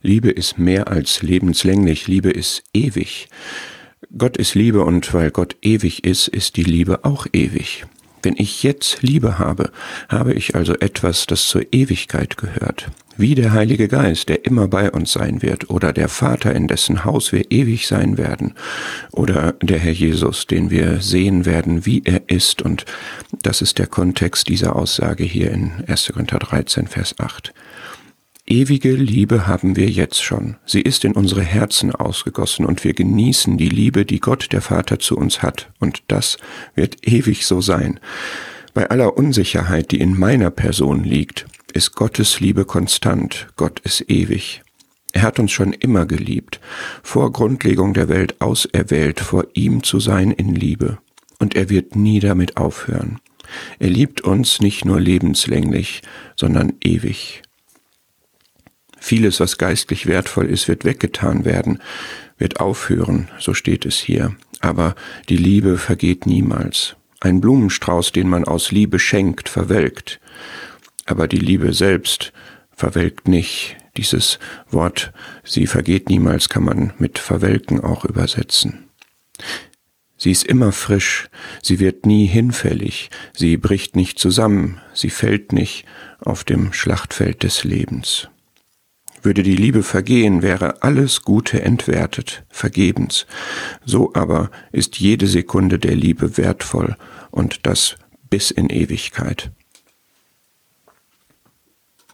Liebe ist mehr als lebenslänglich, Liebe ist ewig. Gott ist Liebe und weil Gott ewig ist, ist die Liebe auch ewig. Wenn ich jetzt Liebe habe, habe ich also etwas, das zur Ewigkeit gehört. Wie der Heilige Geist, der immer bei uns sein wird, oder der Vater, in dessen Haus wir ewig sein werden, oder der Herr Jesus, den wir sehen werden, wie er ist. Und das ist der Kontext dieser Aussage hier in 1. Korinther 13, Vers 8. Ewige Liebe haben wir jetzt schon. Sie ist in unsere Herzen ausgegossen und wir genießen die Liebe, die Gott, der Vater, zu uns hat. Und das wird ewig so sein. Bei aller Unsicherheit, die in meiner Person liegt, ist Gottes Liebe konstant. Gott ist ewig. Er hat uns schon immer geliebt, vor Grundlegung der Welt auserwählt, vor ihm zu sein in Liebe. Und er wird nie damit aufhören. Er liebt uns nicht nur lebenslänglich, sondern ewig. Vieles, was geistlich wertvoll ist, wird weggetan werden, wird aufhören, so steht es hier. Aber die Liebe vergeht niemals. Ein Blumenstrauß, den man aus Liebe schenkt, verwelkt. Aber die Liebe selbst verwelkt nicht. Dieses Wort, sie vergeht niemals, kann man mit verwelken auch übersetzen. Sie ist immer frisch, sie wird nie hinfällig, sie bricht nicht zusammen, sie fällt nicht auf dem Schlachtfeld des Lebens. Würde die Liebe vergehen, wäre alles Gute entwertet, vergebens. So aber ist jede Sekunde der Liebe wertvoll und das bis in Ewigkeit.